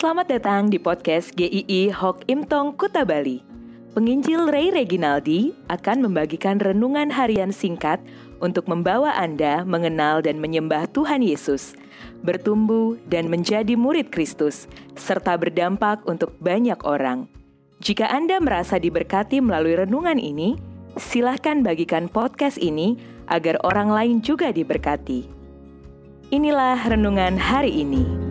Selamat datang di podcast GII Hok Imtong Kuta Bali. Penginjil Ray Reginaldi akan membagikan renungan harian singkat untuk membawa Anda mengenal dan menyembah Tuhan Yesus, bertumbuh dan menjadi murid Kristus, serta berdampak untuk banyak orang. Jika Anda merasa diberkati melalui renungan ini, silahkan bagikan podcast ini agar orang lain juga diberkati. Inilah renungan hari ini.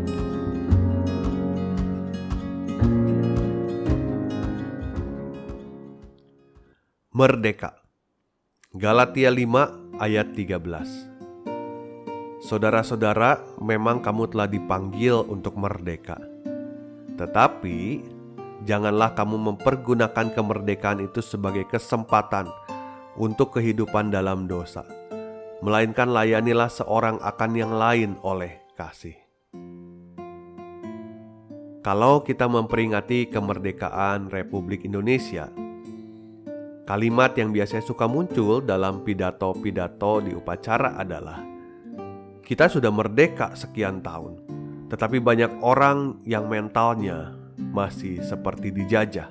Merdeka. Galatia 5 ayat 13. Saudara-saudara, memang kamu telah dipanggil untuk merdeka. Tetapi, janganlah kamu mempergunakan kemerdekaan itu sebagai kesempatan untuk kehidupan dalam dosa, melainkan layanilah seorang akan yang lain oleh kasih. Kalau kita memperingati kemerdekaan Republik Indonesia, kalimat yang biasanya suka muncul dalam pidato-pidato di upacara adalah, kita sudah merdeka sekian tahun, tetapi banyak orang yang mentalnya masih seperti dijajah.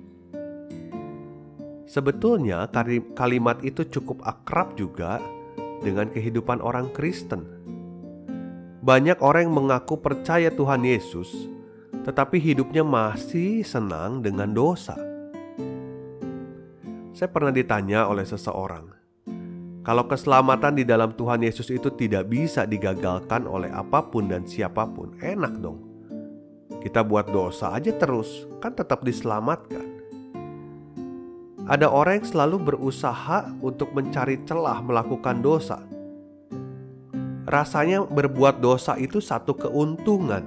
Sebetulnya kalimat itu cukup akrab juga dengan kehidupan orang Kristen. Banyak orang yang mengaku percaya Tuhan Yesus, tetapi hidupnya masih senang dengan dosa. Saya pernah ditanya oleh seseorang, kalau keselamatan di dalam Tuhan Yesus itu tidak bisa digagalkan oleh apapun dan siapapun, enak dong. Kita buat dosa aja terus, kan tetap diselamatkan. Ada orang yang selalu berusaha untuk mencari celah melakukan dosa. Rasanya berbuat dosa itu satu keuntungan.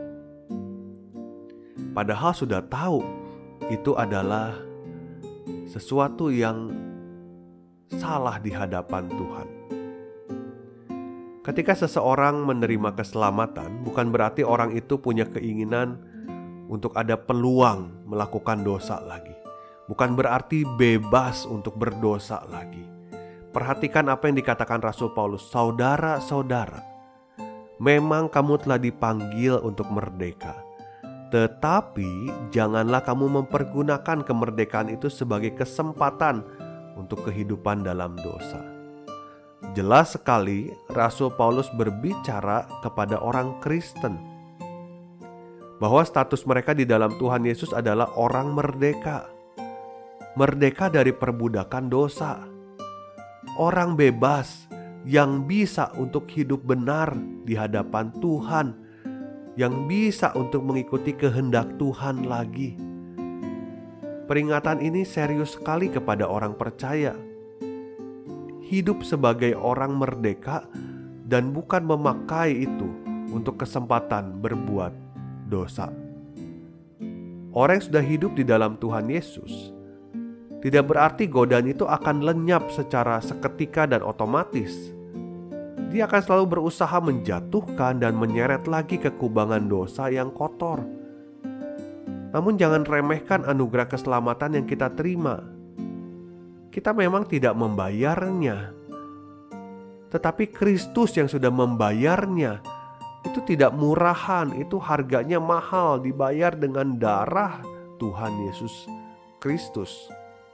Padahal sudah tahu itu adalah sesuatu yang salah di hadapan Tuhan. Ketika seseorang menerima keselamatan, bukan berarti orang itu punya keinginan untuk ada peluang melakukan dosa lagi. Bukan berarti bebas untuk berdosa lagi. Perhatikan apa yang dikatakan Rasul Paulus, saudara-saudara, memang kamu telah dipanggil untuk merdeka. Tetapi janganlah kamu mempergunakan kemerdekaan itu sebagai kesempatan untuk kehidupan dalam dosa. Jelas sekali Rasul Paulus berbicara kepada orang Kristen bahwa status mereka di dalam Tuhan Yesus adalah orang merdeka. Merdeka dari perbudakan dosa. Orang bebas yang bisa untuk hidup benar di hadapan Tuhan, yang bisa untuk mengikuti kehendak Tuhan lagi. Peringatan ini serius sekali kepada orang percaya. Hidup sebagai orang merdeka dan bukan memakai itu untuk kesempatan berbuat dosa. Orang yang sudah hidup di dalam Tuhan Yesus, tidak berarti godaan itu akan lenyap secara seketika dan otomatis. Dia akan selalu berusaha menjatuhkan dan menyeret lagi ke kubangan dosa yang kotor. Namun jangan remehkan anugerah keselamatan yang kita terima. Kita memang tidak membayarnya, tetapi Kristus yang sudah membayarnya. Itu tidak murahan, itu harganya mahal, dibayar dengan darah Tuhan Yesus Kristus.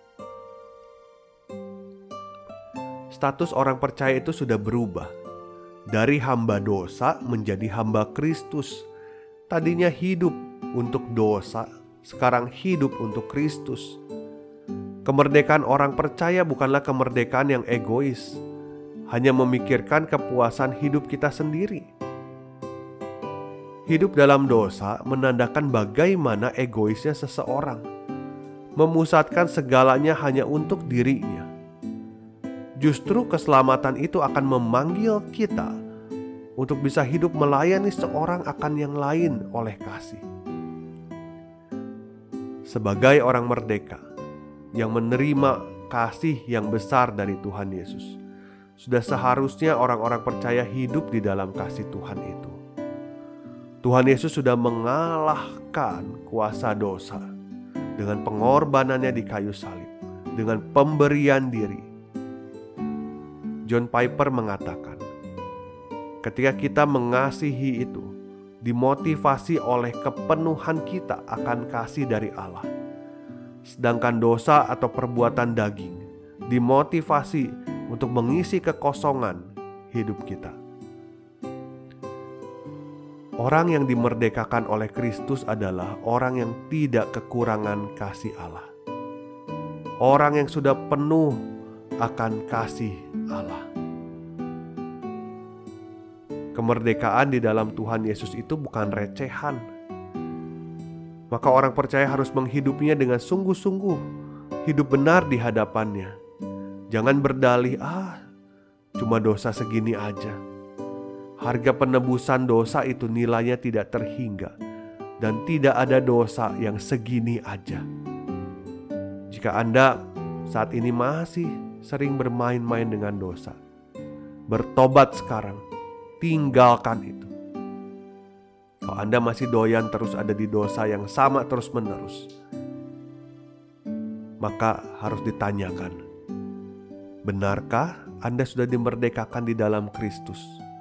Status orang percaya itu sudah berubah. Dari hamba dosa menjadi hamba Kristus. Tadinya hidup untuk dosa, sekarang hidup untuk Kristus. Kemerdekaan orang percaya bukanlah kemerdekaan yang egois, hanya memikirkan kepuasan hidup kita sendiri. Hidup dalam dosa menandakan bagaimana egoisnya seseorang, memusatkan segalanya hanya untuk dirinya. Justru keselamatan itu akan memanggil kita untuk bisa hidup melayani seorang akan yang lain oleh kasih. Sebagai orang merdeka yang menerima kasih yang besar dari Tuhan Yesus, sudah seharusnya orang-orang percaya hidup di dalam kasih Tuhan itu. Tuhan Yesus sudah mengalahkan kuasa dosa dengan pengorbanannya di kayu salib, dengan pemberian diri. John Piper mengatakan, ketika kita mengasihi itu, dimotivasi oleh kepenuhan kita akan kasih dari Allah. Sedangkan dosa atau perbuatan daging dimotivasi untuk mengisi kekosongan hidup kita. Orang yang dimerdekakan oleh Kristus adalah orang yang tidak kekurangan kasih Allah. Orang yang sudah penuh akan kasih Allah. Kemerdekaan di dalam Tuhan Yesus itu bukan recehan. Maka orang percaya harus menghidupinya dengan sungguh-sungguh, hidup benar di hadapannya. Jangan berdalih, cuma dosa segini aja. Harga penebusan dosa itu nilainya tidak terhingga, dan tidak ada dosa yang segini aja. Jika Anda saat ini masih sering bermain-main dengan dosa, bertobat sekarang, tinggalkan itu. Kalau Anda masih doyan terus ada di dosa yang sama terus-menerus, maka harus ditanyakan, benarkah Anda sudah dimerdekakan di dalam Kristus?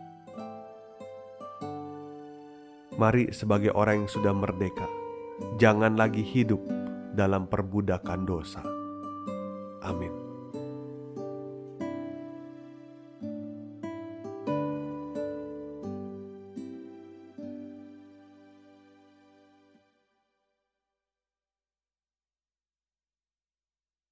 Mari sebagai orang yang sudah merdeka, jangan lagi hidup dalam perbudakan dosa. Amin.